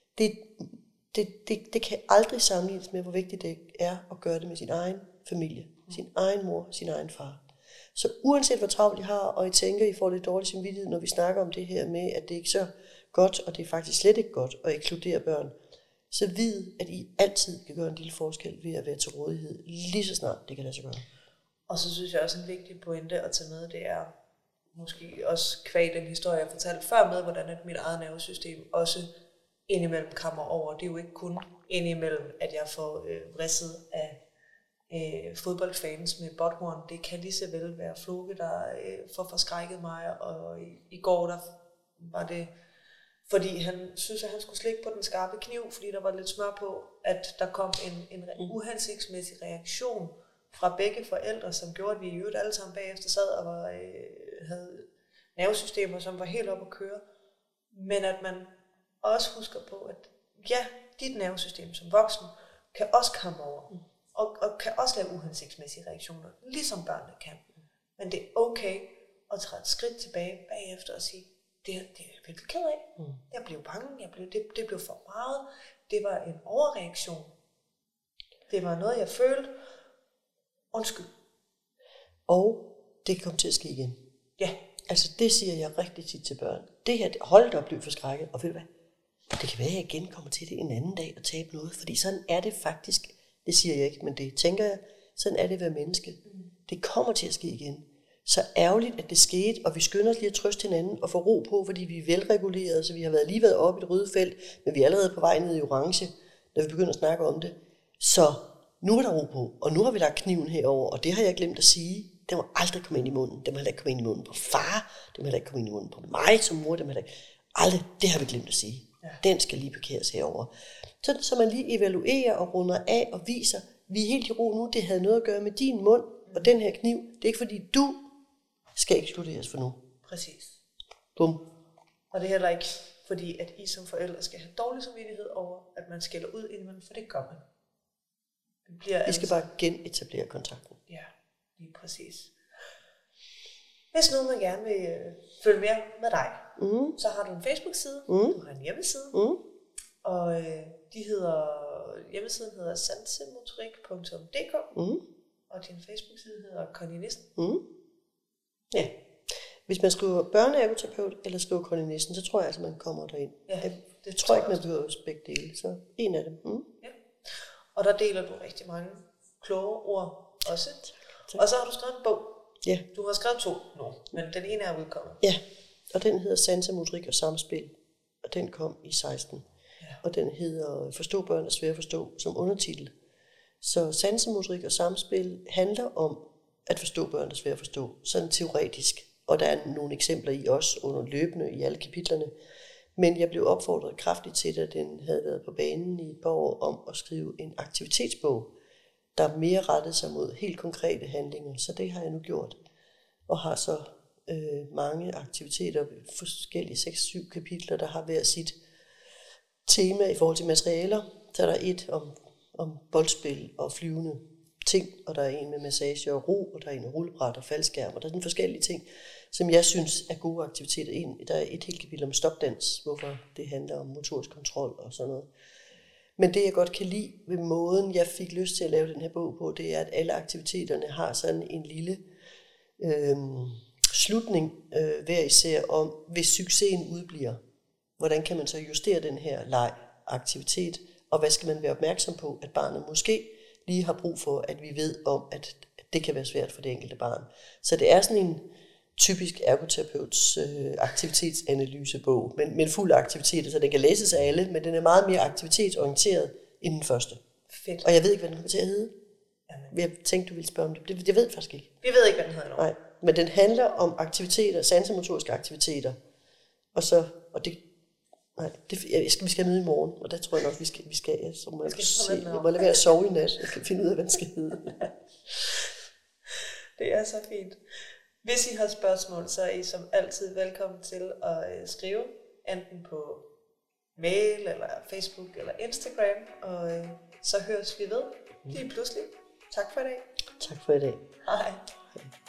Det kan aldrig sammenlignes med, hvor vigtigt det er at gøre det med sin egen familie, sin egen mor, sin egen far. Så uanset hvor travlt I har, og I tænker, I får lidt dårlig samvittighed, når vi snakker om det her med, at det ikke er så godt, og det er faktisk slet ikke godt at inkludere børn, så vid, at I altid kan gøre en lille forskel ved at være til rådighed, lige så snart det kan lade sig gøre. Og så synes jeg også en vigtig pointe at tage med, det er måske også kvad den historie, jeg fortalte før med, hvordan at mit eget nervesystem også indimellem kommer over. Det er jo ikke kun indimellem, at jeg får vrisset af fodboldfans med botthorn. Det kan lige så vel være Floke, der får forskrækket mig, og i går der var det, fordi han synes, at han skulle slikke på den skarpe kniv, fordi der var lidt smør på, at der kom en uhensigtsmæssig reaktion fra begge forældre, som gjorde, at vi i øvrigt alle sammen bagefter sad og havde nervesystemer, som var helt op at køre. Men at man også husker på, at ja, dit nervesystem som voksen kan også komme over, og kan også lave uhensigtsmæssige reaktioner, ligesom børnene kan. Men det er okay at træde et skridt tilbage bagefter og sige, det er jeg virkelig ked af. Jeg blev bange, det blev for meget. Det var en overreaktion. Det var noget, jeg følte. Undskyld. Og det kom til at ske igen. Ja. Altså det siger jeg rigtig tit til børn. Det her, hold da op, blev forskrækket. Og ved du hvad? Det kan være, at jeg igen kommer til det en anden dag og tabe noget. Fordi sådan er det faktisk. Det siger jeg ikke, men det tænker jeg. Sådan er det at være menneske. Det kommer til at ske igen. Så ærgerligt, at det skete, og vi skynder os lige at trøste hinanden og få ro på, fordi vi er velreguleret, så vi har lige været oppe i det røde felt, men vi er allerede på vej ned i orange, når vi begynder at snakke om det. Så nu er der ro på, og nu har vi lagt kniven herover, og det har jeg glemt at sige. Den må aldrig komme ind i munden. Den må heller ikke komme ind i munden på far. Den må heller ikke komme ind i munden på mig som mor. Den må ikke... Aldrig. Det har vi glemt at sige. Ja. Den skal lige parkeres herover. Så man lige evaluerer og runder af og viser, vi er helt i ro nu. Det havde noget at gøre med din mund og den her kniv. Det er ikke fordi du skal ekskluderes for nu. Præcis. Bum. Og det er heller ikke fordi, at I som forældre skal have dårlig samvittighed over, at man skælder ud indimellem, for det gør man. Vi skal bare genetablere kontakten. Ja, lige præcis. Hvis nu man gerne vil følge mere med dig, så har du en Facebook-side, du har en hjemmeside, Og hjemmesiden hedder sansemotorik.dk, og din Facebook-side hedder Connie Nissen. Ja. Hvis man skriver børneergoterapeut eller skriver Connie Nissen, så tror jeg altså, man kommer derind. Ja, det tror jeg ikke, man behøver begge dele, så en af dem. Ja. Og der deler du rigtig mange kloge ord også. Tak. Og så har du skrevet en bog. Ja. Du har skrevet 2 nu, men den ene er udkommet. Ja, og den hedder Sanse, motorik og samspil, og den kom i 16. Ja. Og den hedder Forstå børn er svært at forstå som undertitel. Så Sanse, motorik og samspil handler om at forstå børn er svært at forstå, sådan teoretisk. Og der er nogle eksempler i også under løbende i alle kapitlerne. Men jeg blev opfordret kraftigt til, at den havde været på banen i et par år om at skrive en aktivitetsbog, der mere rettede sig mod helt konkrete handlinger. Så det har jeg nu gjort, og har så mange aktiviteter, forskellige 6-7 kapitler, der har hver sit tema i forhold til materialer. Så er der et om boldspil og flyvende ting, og der er en med massage og ro, og der er en med rullebræt og faldskærm, og der er sådan forskellige ting, som jeg synes er gode aktiviteter. Der er et helt kapitel om stopdans, hvorfor det handler om motorisk kontrol og sådan noget. Men det jeg godt kan lide ved måden, jeg fik lyst til at lave den her bog på, det er, at alle aktiviteterne har sådan en lille slutning hver især om, hvis succesen udbliver, hvordan kan man så justere den her leg-aktivitet, og hvad skal man være opmærksom på, at barnet måske lige har brug for, at vi ved om, at det kan være svært for det enkelte barn. Så det er sådan en typisk ergoterapeuts aktivitetsanalysebog, men fuld aktivitet, så den kan læses af alle, men den er meget mere aktivitetsorienteret end den første. Fedt. Og jeg ved ikke, hvad den kommer til at hedde. Jeg tænkte, du ville spørge om det. Jeg ved faktisk ikke. Vi ved ikke, hvad den hedder nu. Nej, men den handler om aktiviteter, sansemotoriske aktiviteter. Vi skal møde i morgen, og der tror jeg nok, vi skal så må jeg må lade være at sove i nat. Jeg skal finde ud af, hvad den skal hedde. Det er så fint. Hvis I har spørgsmål, så er I som altid velkommen til at skrive, enten på mail, eller Facebook, eller Instagram, og så høres vi ved lige pludselig. Tak for i dag. Tak for i dag. Hej.